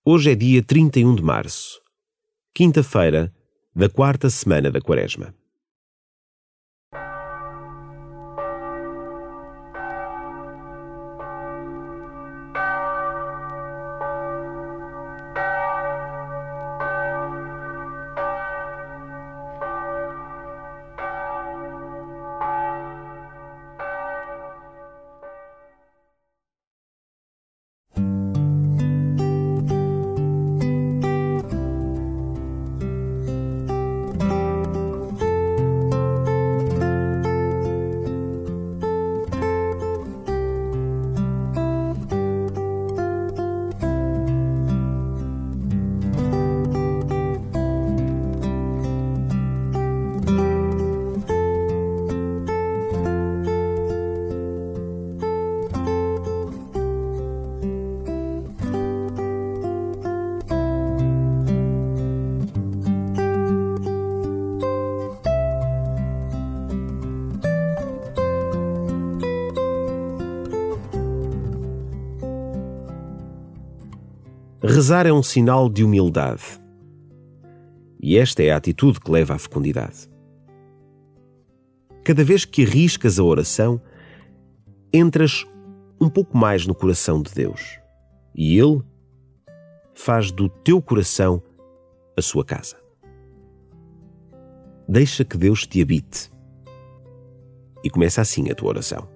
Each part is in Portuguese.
Hoje é dia 31 de março, quinta-feira da quarta semana da Quaresma. Rezar é um sinal de humildade. E esta é a atitude que leva à fecundidade. Cada vez que arriscas a oração, entras um pouco mais no coração de Deus. E Ele faz do teu coração a sua casa. Deixa que Deus te habite. E começa assim a tua oração.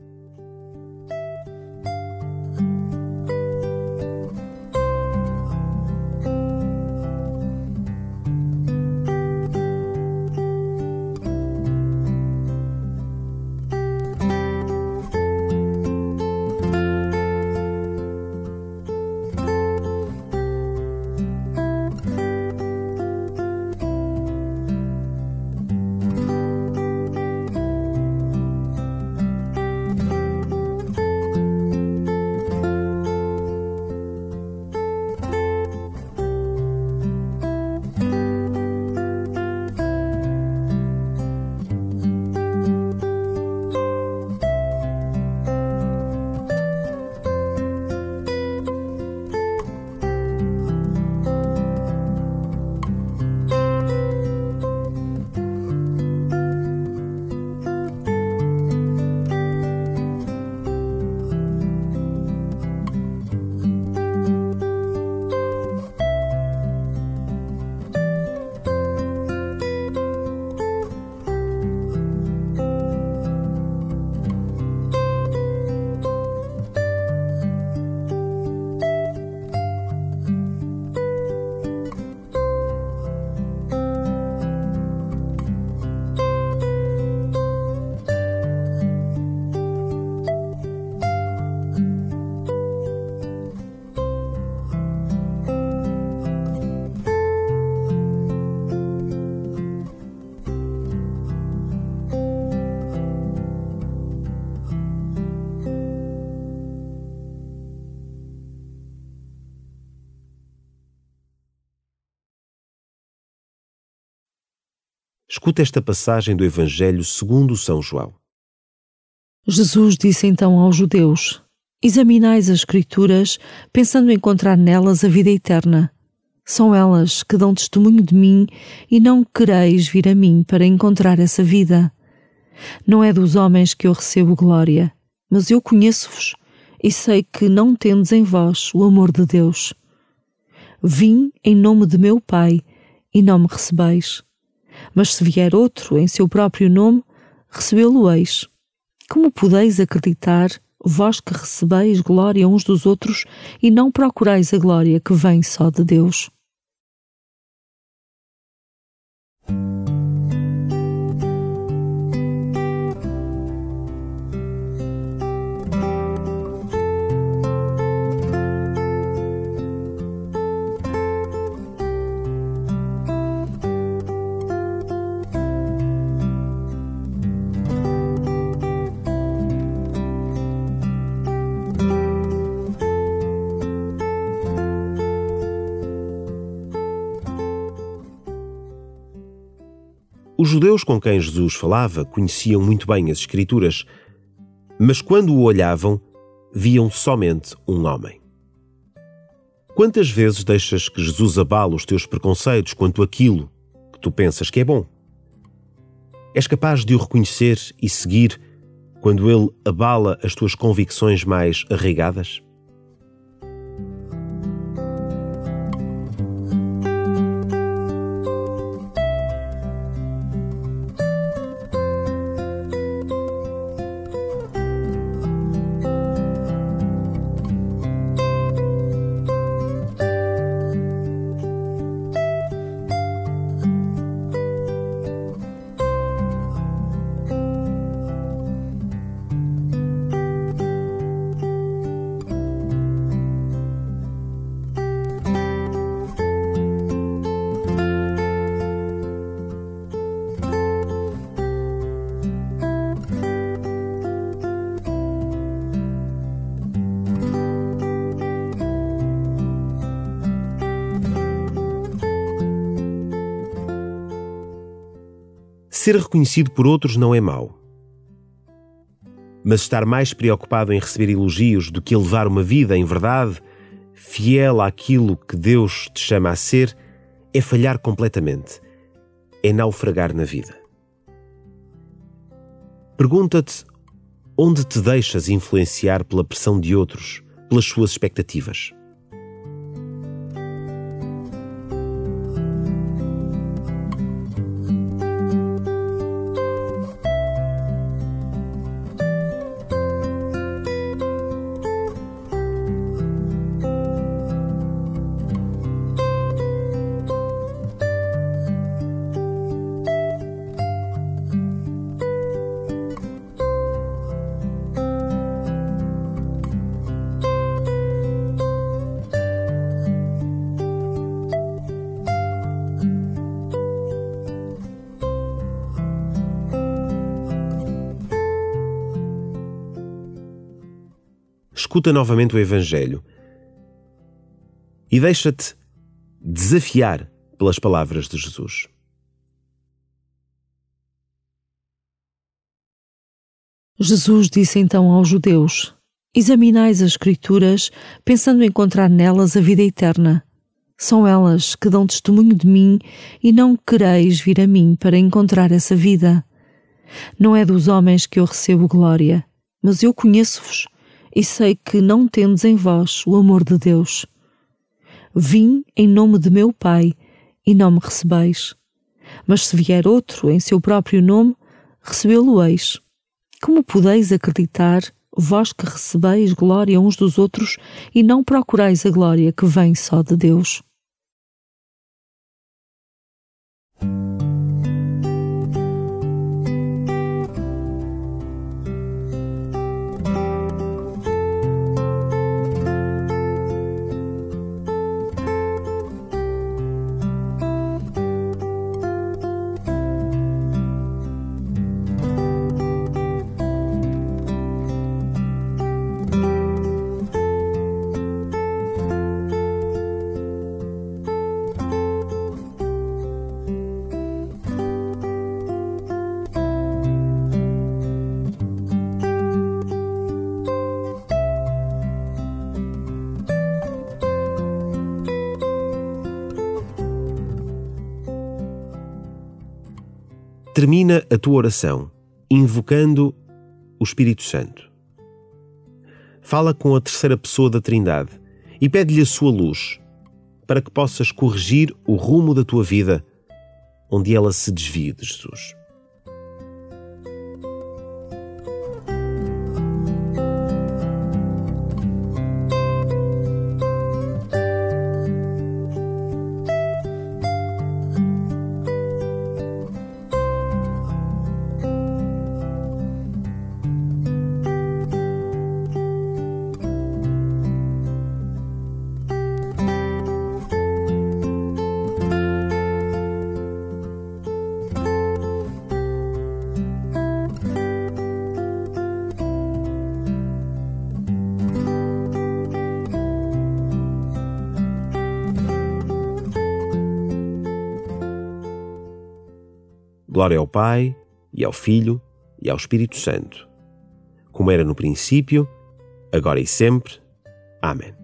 Escuta esta passagem do Evangelho segundo São João. Jesus disse então aos judeus: examinais as Escrituras, pensando encontrar nelas a vida eterna. São elas que dão testemunho de mim e não quereis vir a mim para encontrar essa vida. Não é dos homens que eu recebo glória, mas eu conheço-vos e sei que não tendes em vós o amor de Deus. Vim em nome de meu Pai e não me recebeis. Mas se vier outro em seu próprio nome, recebê-lo-eis. Como podeis acreditar, vós que recebeis glória uns dos outros e não procurais a glória que vem só de Deus? Os judeus com quem Jesus falava conheciam muito bem as Escrituras, mas quando o olhavam, viam somente um homem. Quantas vezes deixas que Jesus abale os teus preconceitos quanto àquilo que tu pensas que é bom? És capaz de o reconhecer e seguir quando ele abala as tuas convicções mais arraigadas? Ser reconhecido por outros não é mau. Mas estar mais preocupado em receber elogios do que levar uma vida, em verdade, fiel àquilo que Deus te chama a ser, é falhar completamente. É naufragar na vida. Pergunta-te onde te deixas influenciar pela pressão de outros, pelas suas expectativas. Escuta novamente o Evangelho e deixa-te desafiar pelas palavras de Jesus. Jesus disse então aos judeus: examinais as Escrituras, pensando encontrar nelas a vida eterna. São elas que dão testemunho de mim e não quereis vir a mim para encontrar essa vida. Não é dos homens que eu recebo glória, mas eu conheço-vos e sei que não tendes em vós o amor de Deus. Vim em nome de meu Pai e não me recebeis. Mas se vier outro em seu próprio nome, recebê-lo-eis. Como podeis acreditar, vós que recebeis glória uns dos outros e não procurais a glória que vem só de Deus? Termina a tua oração invocando o Espírito Santo. Fala com a terceira pessoa da Trindade e pede-lhe a sua luz para que possas corrigir o rumo da tua vida onde ela se desvie de Jesus. Glória ao Pai, e ao Filho, e ao Espírito Santo, como era no princípio, agora e sempre. Amém.